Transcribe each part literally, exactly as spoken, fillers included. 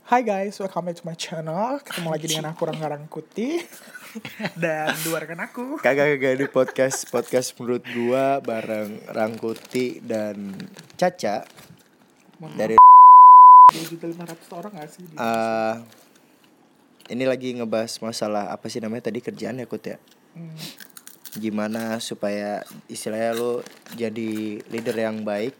Hai guys, welcome back to my channel. Ketemu lagi dengan aku Rangga Rangkuti dan dua rekan aku. Kagak-kagak di podcast podcast menurut gua bareng Rangkuti dan Caca dari dua juta lima ratus orang gak sih? uh, ini lagi ngebahas masalah apa sih namanya tadi kerjaan ya Kut ya. Hmm. Gimana supaya istilahnya lo jadi leader yang baik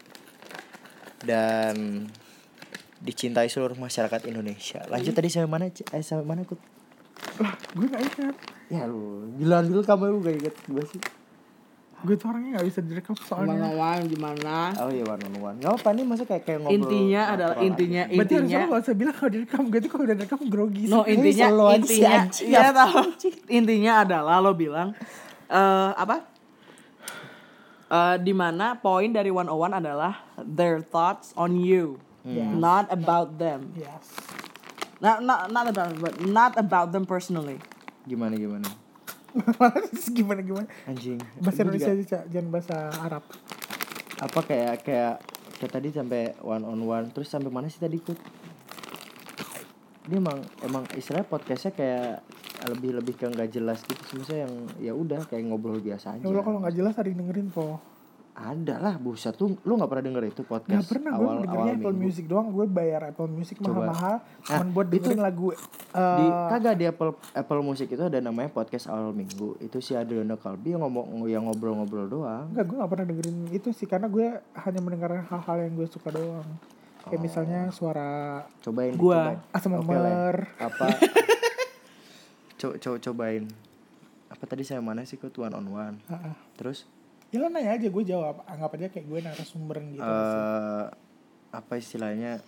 dan dicintai seluruh masyarakat Indonesia. Lanjut tadi sampai mana? Eh sampai mana Kut? Lah, gue gak ingat. Ya lu, gila dulu kamu gak ingat gue sih. Gue tuh orangnya gak bisa direkam soalnya. One gimana? Oh iya one on one. Gak apa nih masa kayak kayak ngobrol. Intinya adalah intinya Berarti intinya. harusnya lo gak usah bilang kalau direkam. Gue tuh kalau udah direkam grogi. No intinya selalu aja si intinya anjing. ya tahu. Intinya adalah lo bilang eh apa? Eh di mana poin dari one oh one adalah their thoughts on you, Yes. not about them. Yes. Not not not about but not about them personally. Gimana gimana? Gimana gimana? Anjing. Bahasa Gua Indonesia juga- aja, Cak. Jangan bahasa Arab. Apa kayak kayak kayak tadi sampai one on one terus sampai mana sih tadi Kut? Dia emang emang istilahnya podcastnya kayak lebih lebih ke nggak jelas gitu sih, maksudnya yang ya udah kayak ngobrol biasa aja. Ya Allah, kalau gak jelas ada yang dengerin po. Ada lah buset tuh, lu nggak pernah denger itu Gak podcast pernah, gue awal dengernya awal Apple minggu? Music doang. Gue bayar Apple Music Coba. mahal-mahal cuman Ah, buat itu dengerin lagu Di eh, kagak di Apple Apple Music itu ada namanya podcast awal minggu. Itu si Adriano Kalbi yang ngomong yang ngobrol-ngobrol doang. Enggak, gue gak pernah dengerin itu sih. Karena gue hanya mendengarkan hal-hal yang gue suka doang. Kayak Oh. misalnya suara Cobain Gua. cobain. asam Oke lah. lemer. Apa co co cobain apa tadi saya mana sih Kut one on one. Heeh. Terus Ya lo nanya aja, gue jawab. Anggap aja kayak gue narasumber gitu. eh apa istilahnya,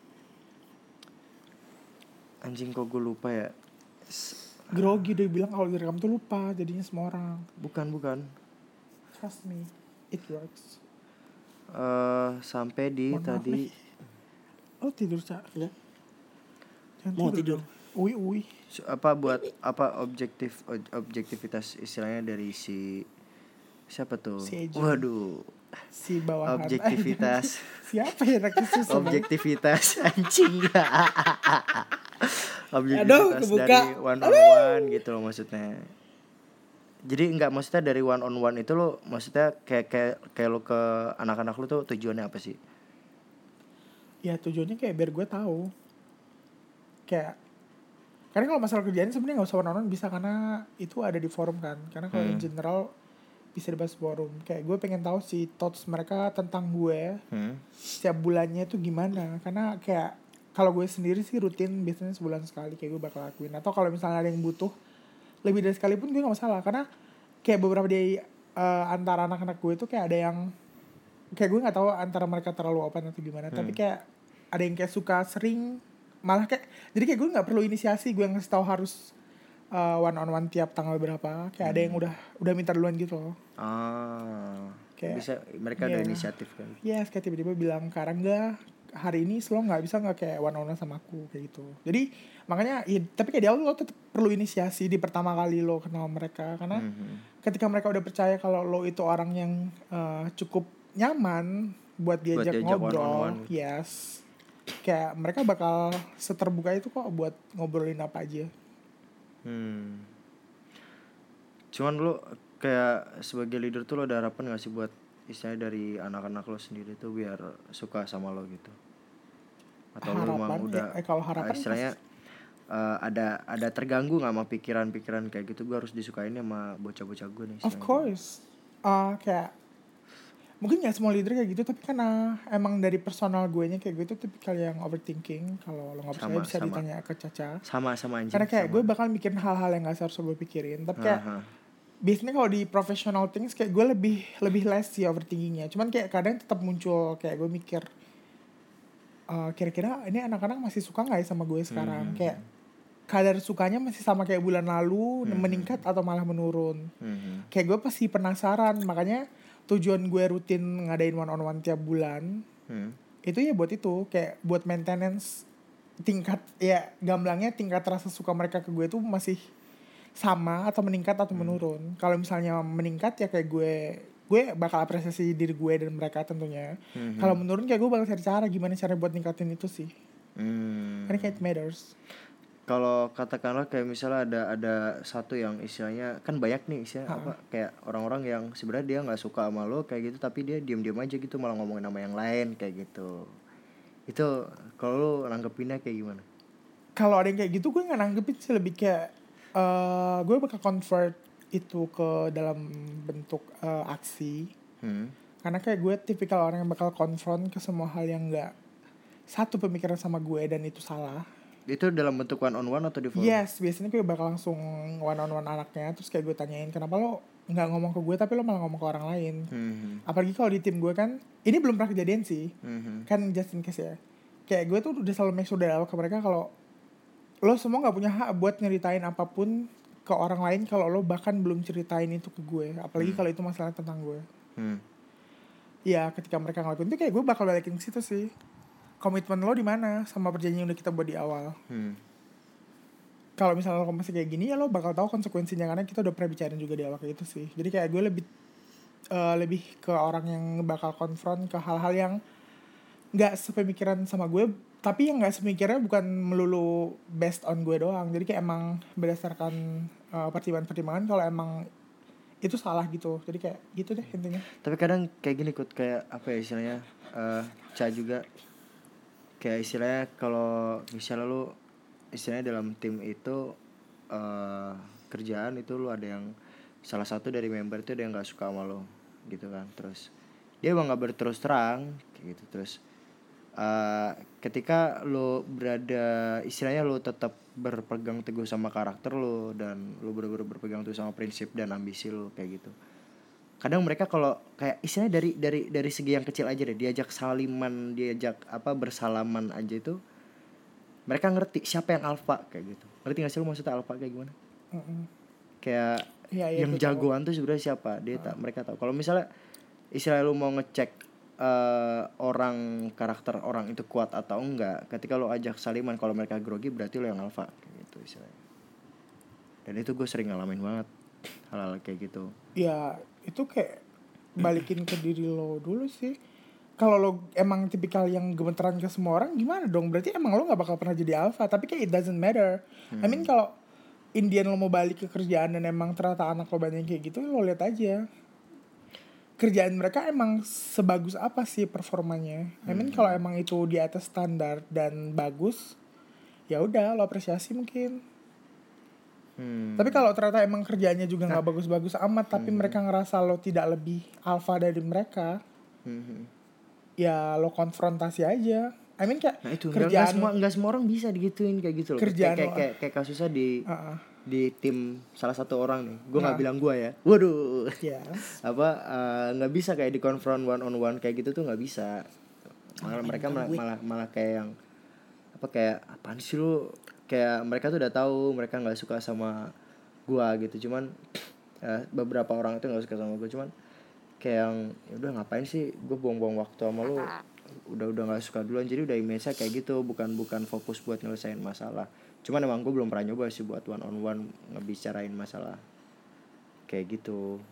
anjing kok gue lupa ya. S- Grogi dia bilang kalau direkam tuh lupa jadinya semua orang. bukan bukan Trust me, it works. eh sampai di Mohon maaf tadi nih. Oh tidur, Cak. Ya. Jangan Mau tidur. dong. Ui ui. su- apa buat apa objektif ob- objektivitas istilahnya dari si siapa tuh? Si Ejo. Waduh, Si bawahan. objektivitas. Siapa ya anak susu? Objektivitas anjing. Objektivitas Aduh, kebuka. dari one on one gitu loh maksudnya. Jadi enggak maksudnya dari one on one itu lo maksudnya kayak kayak kayak lo ke anak-anak lo tuh tujuannya apa sih? Ya tujuannya kayak biar gue tahu. Kayak karena kalau masalah kerjaan sebenarnya nggak usah one-on-one bisa karena itu ada di forum kan. Karena kalau in Hmm. general bisa dibahas forum. Kayak gue pengen tahu sih thoughts mereka tentang gue Hmm. setiap bulannya itu gimana. Karena kayak kalau gue sendiri sih rutin biasanya sebulan sekali kayak gue bakal lakuin. Atau kalau misalnya ada yang butuh lebih dari sekali pun gue nggak masalah. Karena kayak beberapa dari eh, antara anak-anak gue itu kayak ada yang kayak gue nggak tahu antara mereka terlalu open atau gimana. Hmm. Tapi kayak ada yang kayak suka sering malah kayak jadi kayak gue nggak perlu inisiasi, gue ngasih tahu harus uh, one on one tiap tanggal berapa. Kayak ada yang udah udah minta duluan gitu loh. Ah, Kayak- bisa mereka ada iya. inisiatif kan. Yes, kayak tiba-tiba bilang Karang nggak hari ini lo nggak bisa nggak kayak one on one sama aku kayak gitu. Jadi makanya ya, tapi kayak di awal lo tetap perlu inisiasi di pertama kali lo kenal mereka karena Mhm. ketika mereka udah percaya kalau lo itu orang yang uh, cukup nyaman buat diajak diajak ngobrol, one-on-one. yes, kayak mereka bakal seterbuka itu kok buat ngobrolin apa aja. Hmm. Cuman lu kayak sebagai leader tuh lo ada harapan gak sih buat istilahnya dari anak-anak lo sendiri tuh biar suka sama lo gitu? Atau lo Harapan, emang udah ya, eh, kalau harapan ah, istilahnya eh, ada ada terganggu gak sama pikiran-pikiran kayak gitu, gue harus disukain sama bocah-bocah gue nih Of istilahnya. course, uh, kayak mungkin nggak semua leader kayak gitu, tapi karena emang dari personal gue nya kayak gitu, tipikal yang overthinking. Kalau lo nggak percaya Sama, bisa sama. ditanya ke Caca. Sama sama anjing. Karena kayak sama. gue bakal mikirin hal-hal yang nggak seharusnya gue pikirin. Tapi kayak Aha. biasanya kalau di professional things kayak gue lebih lebih less sih overthinkingnya. Cuman kayak kadang tetap muncul kayak gue mikir, uh, kira-kira ini anak-anak masih suka nggak ya sama gue sekarang? Hmm. Kayak kadar sukanya masih sama kayak bulan lalu, Hmm. meningkat atau malah menurun. Mhm. Kayak gue pasti penasaran, makanya tujuan gue rutin ngadain one on one tiap bulan Hmm. itu ya buat itu, kayak buat maintenance tingkat, ya gamblangnya tingkat rasa suka mereka ke gue tuh masih sama atau meningkat atau menurun. Kalau misalnya meningkat ya kayak gue gue bakal apresiasi diri gue dan mereka tentunya. Mhm. Kalau menurun kayak gue bakal cari cara gimana cara buat ningkatin itu sih. Hmm. Karena kayak it matters. Kalau katakanlah kayak misalnya ada ada satu yang istilahnya kan banyak nih istilahnya Ha. apa kayak orang-orang yang sebenarnya dia nggak suka sama lo kayak gitu tapi dia diam-diam aja gitu malah ngomongin sama yang lain kayak gitu. Itu kalau lo nanggepinnya kayak gimana? Kalau ada yang kayak gitu gue nggak nanggepin sih, lebih kayak eh gue bakal convert itu ke dalam bentuk eh, aksi. Hmm. Karena kayak gue tipikal orang yang bakal konfront ke semua hal yang nggak satu pemikiran sama gue dan itu salah. Itu dalam bentuk one on one atau di forum? Yes, biasanya gue bakal langsung one on one anaknya, terus kayak gue tanyain kenapa lo nggak ngomong ke gue tapi lo malah ngomong ke orang lain. Hmm. Apalagi kalau di tim gue kan, ini belum pernah kejadian sih, Hmm. kan just in case ya. Kayak gue tuh udah selalu make sure dari awal ke mereka kalau lo semua nggak punya hak buat nyeritain apapun ke orang lain kalau lo bahkan belum ceritain itu ke gue, apalagi Hmm. kalau itu masalah tentang gue. Hmm. Ya ketika mereka ngelakuin itu kayak gue bakal balikin ke situ sih. Komitmen lo di mana sama perjanjian yang udah kita buat di awal. Hmm. Kalau misalnya lo masih kayak gini ya lo bakal tahu konsekuensinya karena kita udah pernah bicarain juga di awal kayak itu sih. Jadi kayak gue lebih uh, lebih ke orang yang bakal konfront ke hal-hal yang nggak sepemikiran sama gue, tapi yang nggak sepemikirannya bukan melulu based on gue doang. Jadi kayak emang berdasarkan uh, pertimbangan-pertimbangan kalau emang itu salah gitu. Jadi kayak gitu deh intinya. Tapi kadang kayak gini Kut, kayak apa ya istilahnya uh, Ca juga kayak istilahnya kalau misalnya lu istilahnya dalam tim itu uh, kerjaan itu lu ada yang salah satu dari member itu ada yang nggak suka sama lo gitu kan, terus dia emang nggak berterus terang kayak gitu, terus uh, ketika lo berada istilahnya lo tetap berpegang teguh sama karakter lo dan lo benar-benar berpegang teguh sama prinsip dan ambisi lo kayak gitu. Kadang mereka kalau kayak istilahnya dari dari dari segi yang kecil aja deh, diajak saliman, diajak apa bersalaman aja itu mereka ngerti siapa yang alpha kayak gitu. Ngerti gak sih lo maksudnya alpha kayak gimana? Mm-mm. Kayak Ya, ya, yang gue tahu. jagoan tuh sebenarnya siapa? Dia tak mereka tahu. Kalau misalnya istilah lo mau ngecek uh, orang karakter orang itu kuat atau enggak, ketika lo ajak saliman kalau mereka grogi berarti lo yang alpha kayak gitu istilahnya. Dan itu gue sering ngalamin banget hal-hal kayak gitu. Ya itu kayak balikin ke diri lo dulu sih. Kalau lo emang tipikal yang gemeteran ke semua orang gimana dong? Berarti emang lo nggak bakal pernah jadi alpha. Tapi kayak it doesn't matter. Hmm. I mean kalau Indian lo mau balik ke kerjaan dan emang ternyata anak lo banyak kayak gitu, lo lihat aja kerjaan mereka emang sebagus apa sih performanya. I mean kalau emang itu di atas standar dan bagus, ya udah lo apresiasi mungkin. Hmm. Tapi kalau ternyata emang kerjanya juga nggak bagus-bagus amat, tapi mereka ngerasa lo tidak lebih alpha dari mereka, Hmm. ya lo konfrontasi aja. I mean kayak Nah itu nggak nggak kerjaan semua nggak semua orang bisa digituin kayak gitu loh. Kerjaan Kayak lo- kayak kayak kasusnya di uh-uh. di tim salah satu orang nih. Gue nggak Nah. bilang gue ya. Waduh. Yes. Apa eh, nggak bisa kayak di konfront one on one kayak gitu tuh nggak bisa. Malah mereka malah, malah malah kayak yang apa kayak apaan sih lu, kayak mereka tuh udah tahu mereka nggak suka sama gua gitu, cuman eh, beberapa orang itu nggak suka sama gua, cuman kayak yang ya udah ngapain sih gue buang-buang waktu sama lu, udah udah nggak suka duluan, jadi udah image-nya kayak gitu, bukan bukan fokus buat nyelesain masalah. Cuman emang gue belum pernah nyoba sih buat one on one ngebicarain masalah kayak gitu.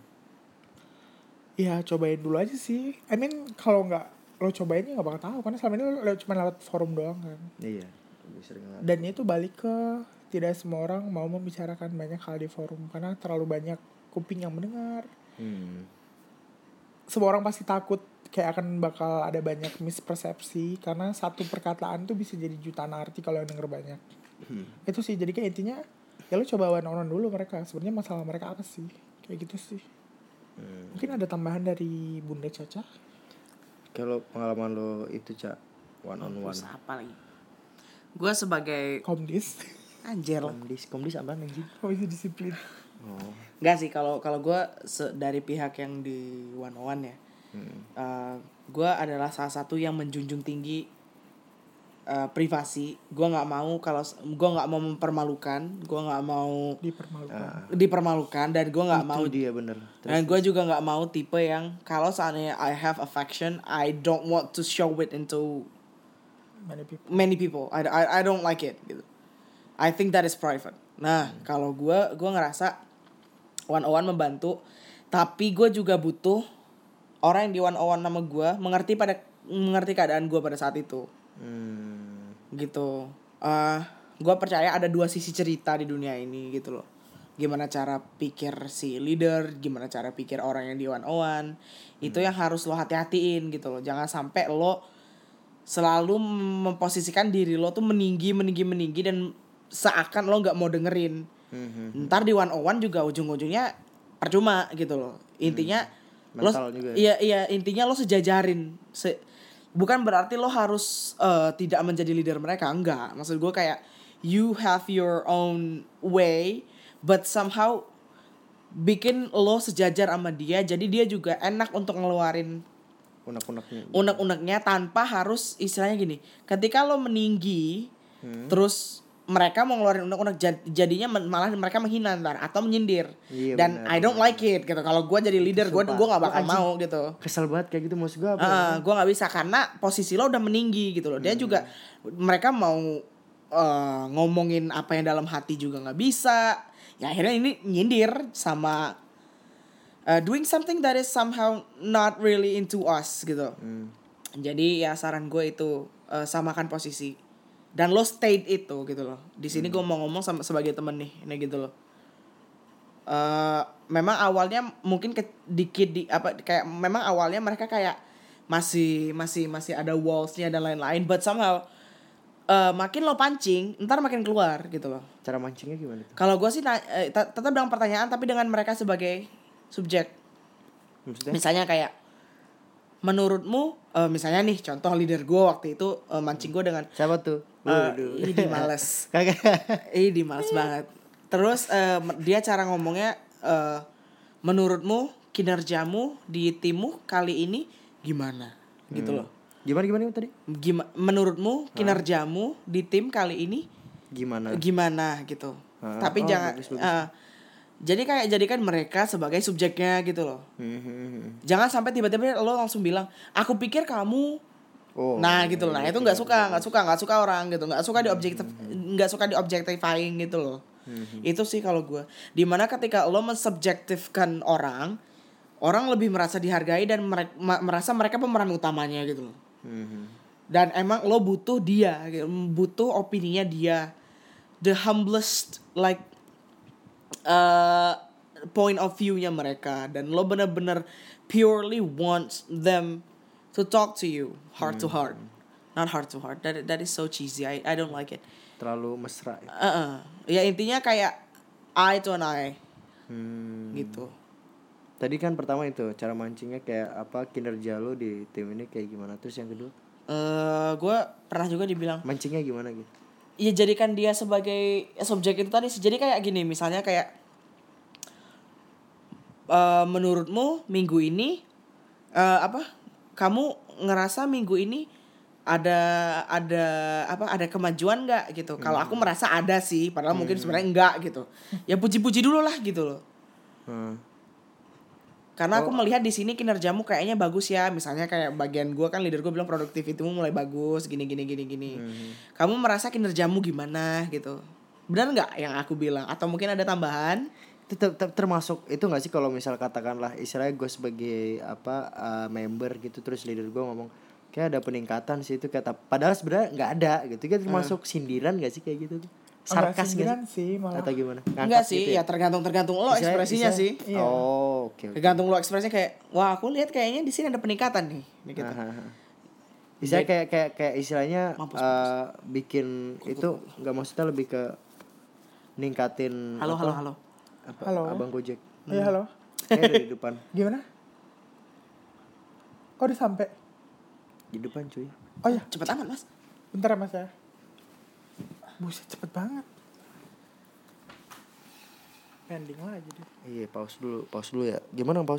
Ya cobain dulu aja sih. I mean kalau nggak lo cobain ya nggak bakal tahu karena selama ini lo, lo cuma lewat forum doang kan. Iya, lebih sering lah. Dan itu balik ke tidak semua orang mau membicarakan banyak hal di forum karena terlalu banyak kuping yang mendengar. Hmm. Semua orang pasti takut kayak akan bakal ada banyak mispersepsi karena satu perkataan tuh bisa jadi jutaan arti kalau yang denger banyak. Hmm. Itu sih jadi kayak intinya ya lo coba one on one dulu mereka. Sebenarnya masalah mereka apa sih? Kayak gitu sih. Hmm. Mungkin ada tambahan dari Bunda Caca. Kalau pengalaman lo itu Cak one on one. Terus apa lagi? Gue sebagai Komdis. anjir lah. Komdis, komdis apaan anjing? Komisi disiplin. Oh. Enggak sih, kalau kalau gue dari pihak yang di one on one ya, Hmm. uh, gue adalah salah satu yang menjunjung tinggi uh, privasi. Gue nggak mau kalau gue nggak mau mempermalukan, gue nggak mau Dipermalukan. Ah. dipermalukan, dan gue nggak Itu mau dia bener. Terus, dan gue juga nggak mau tipe yang kalau seandainya I have affection, I don't want to show it into Many people. many people. I, I, I don't like it gitu. I think that is private. Nah, Hmm. kalau gue gue ngerasa one on one membantu, tapi gue juga butuh orang yang di one on one sama gue mengerti pada mengerti keadaan gue pada saat itu. Hmm. gitu. Uh, gue percaya ada dua sisi cerita di dunia ini gitu loh. Gimana cara pikir si leader, gimana cara pikir orang yang di one oh one. Itu yang harus lo hati-hatiin gitu loh. Jangan sampai lo selalu memposisikan diri lo tuh meninggi, meninggi, meninggi dan seakan lo gak mau dengerin. Hmm. Ntar di one oh one juga ujung-ujungnya percuma gitu loh. Intinya hmm. lo juga. Iya iya intinya lo sejajarin. Se, bukan berarti lo harus uh, tidak menjadi leader mereka, enggak. Maksud gue kayak you have your own way, but somehow bikin lo sejajar sama dia, jadi dia juga enak untuk ngeluarin unek-uneknya. Unek-uneknya tanpa harus istilahnya gini. Ketika lo meninggi, hmm. terus mereka mau ngeluarin unek-unek jadinya malah mereka menghina ntar atau menyindir. Iya, dan bener, I don't bener. like it gitu. Kalau gue jadi leader, gue gue nggak bakal mau gitu. Kesel banget kayak gitu maksud gue. Uh, gue nggak bisa karena posisi lo udah meninggi gitu loh. Dia hmm. juga mereka mau uh, ngomongin apa yang dalam hati juga nggak bisa. Ya akhirnya ini nyindir sama uh, doing something that is somehow not really into us gitu. Hmm. Jadi ya saran gue itu uh, samakan posisi. Dan lo state itu gitu loh. Di sini hmm. gue mau ngomong sama sebagai temen nih, ini gitu loh. Uh, memang awalnya mungkin ke, dikit di apa kayak memang awalnya mereka kayak masih masih masih ada walls-nya dan lain-lain, but somehow uh, makin lo pancing, ntar makin keluar gitu loh. Cara mancingnya gimana tuh? Kalau gue sih na- eh, t- tetap dengan pertanyaan tapi dengan mereka sebagai subjek. Maksudnya? Misalnya kayak menurutmu uh, misalnya nih contoh leader gue waktu itu uh, mancing gue dengan siapa tuh? Uh, ini males. Ini males banget. Terus uh, dia cara ngomongnya uh, menurutmu kinerjamu di timmu kali ini gimana? Gitu hmm. loh. Gimana gimana tadi? Gima, menurutmu kinerjamu Hah? di tim kali ini gimana? Gimana gitu. Hah? Tapi Oh, jangan bagus, bagus. Uh, jadi kayak jadikan mereka sebagai subjeknya gitu loh. Hmm. Jangan sampai tiba-tiba lo langsung bilang, "Aku pikir kamu." Oh, nah gitu loh. Nah, itu nggak suka, nggak suka, nggak suka orang gitu. Nggak suka di objektif, nggak suka di objectifying gitu loh. Hmm. Itu sih kalau gue. Dimana ketika lo mensubjektifkan orang, orang lebih merasa dihargai dan mere- merasa mereka pemeran utamanya gitu loh. Hmm. Dan emang lo butuh dia, gitu. Butuh opininya dia. The humblest like uh, point of view-nya mereka, dan lo bener-bener purely wants them to talk to you heart hmm. to heart, not heart to heart. That that is so cheesy. I I don't like it. Terlalu mesra. Ya, uh-uh. Ya intinya kayak eye to an eye. Hmm. Gitu. Tadi kan pertama itu cara mancingnya kayak apa, kinerja lo di tim ini kayak gimana. Terus yang kedua? Uh, gue pernah juga dibilang. Mancingnya gimana gitu? Ya jadikan dia sebagai subjek itu tadi. Jadi kayak gini, misalnya kayak uh, menurutmu minggu ini uh, apa? Kamu ngerasa minggu ini ada ada apa ada kemajuan nggak gitu? Hmm. Kalau aku merasa ada sih, padahal hmm. mungkin sebenarnya enggak gitu. Ya puji-puji dulu lah gitu loh. Hmm. Karena oh. aku melihat di sini kinerjamu kayaknya bagus ya. Misalnya kayak bagian gue kan leader gue bilang produktivitimu mulai bagus, gini gini gini gini. Hmm. Kamu merasa kinerjamu gimana gitu? Benar nggak yang aku bilang? Atau mungkin ada tambahan? Tetap termasuk itu nggak sih kalau misal katakanlah istilahnya gue sebagai apa uh, member gitu, terus leader gue ngomong kayak ada peningkatan sih itu kata, padahal sebenarnya nggak ada gitu kan, termasuk uh. sindiran nggak sih kayak gitu tuh? Sarkas sindiran gitu sih malah. Atau gimana? Ngangkat enggak sih gitu ya? Ya tergantung tergantung lo istilahnya, ekspresinya istilahnya, sih. Iya. Oh oke. Okay, okay. Tergantung lo ekspresinya kayak wah aku lihat kayaknya di sini ada peningkatan nih. Gitu. Bisa kayak kayak kayak istilahnya mampus, mampus. Uh, bikin Kutuk. Itu nggak maksudnya lebih ke ningkatin. Halo apa? halo halo. Apa, halo. Abang Gojek. Iya hmm. halo. Kayak dari depan. Gimana? Kok udah sampai? Di depan cuy. Oh ya, cepet amat mas. Bentar ya mas ya. Buset cepet banget. Pending lagi deh. Iya pause dulu, pause dulu ya. Gimana pause?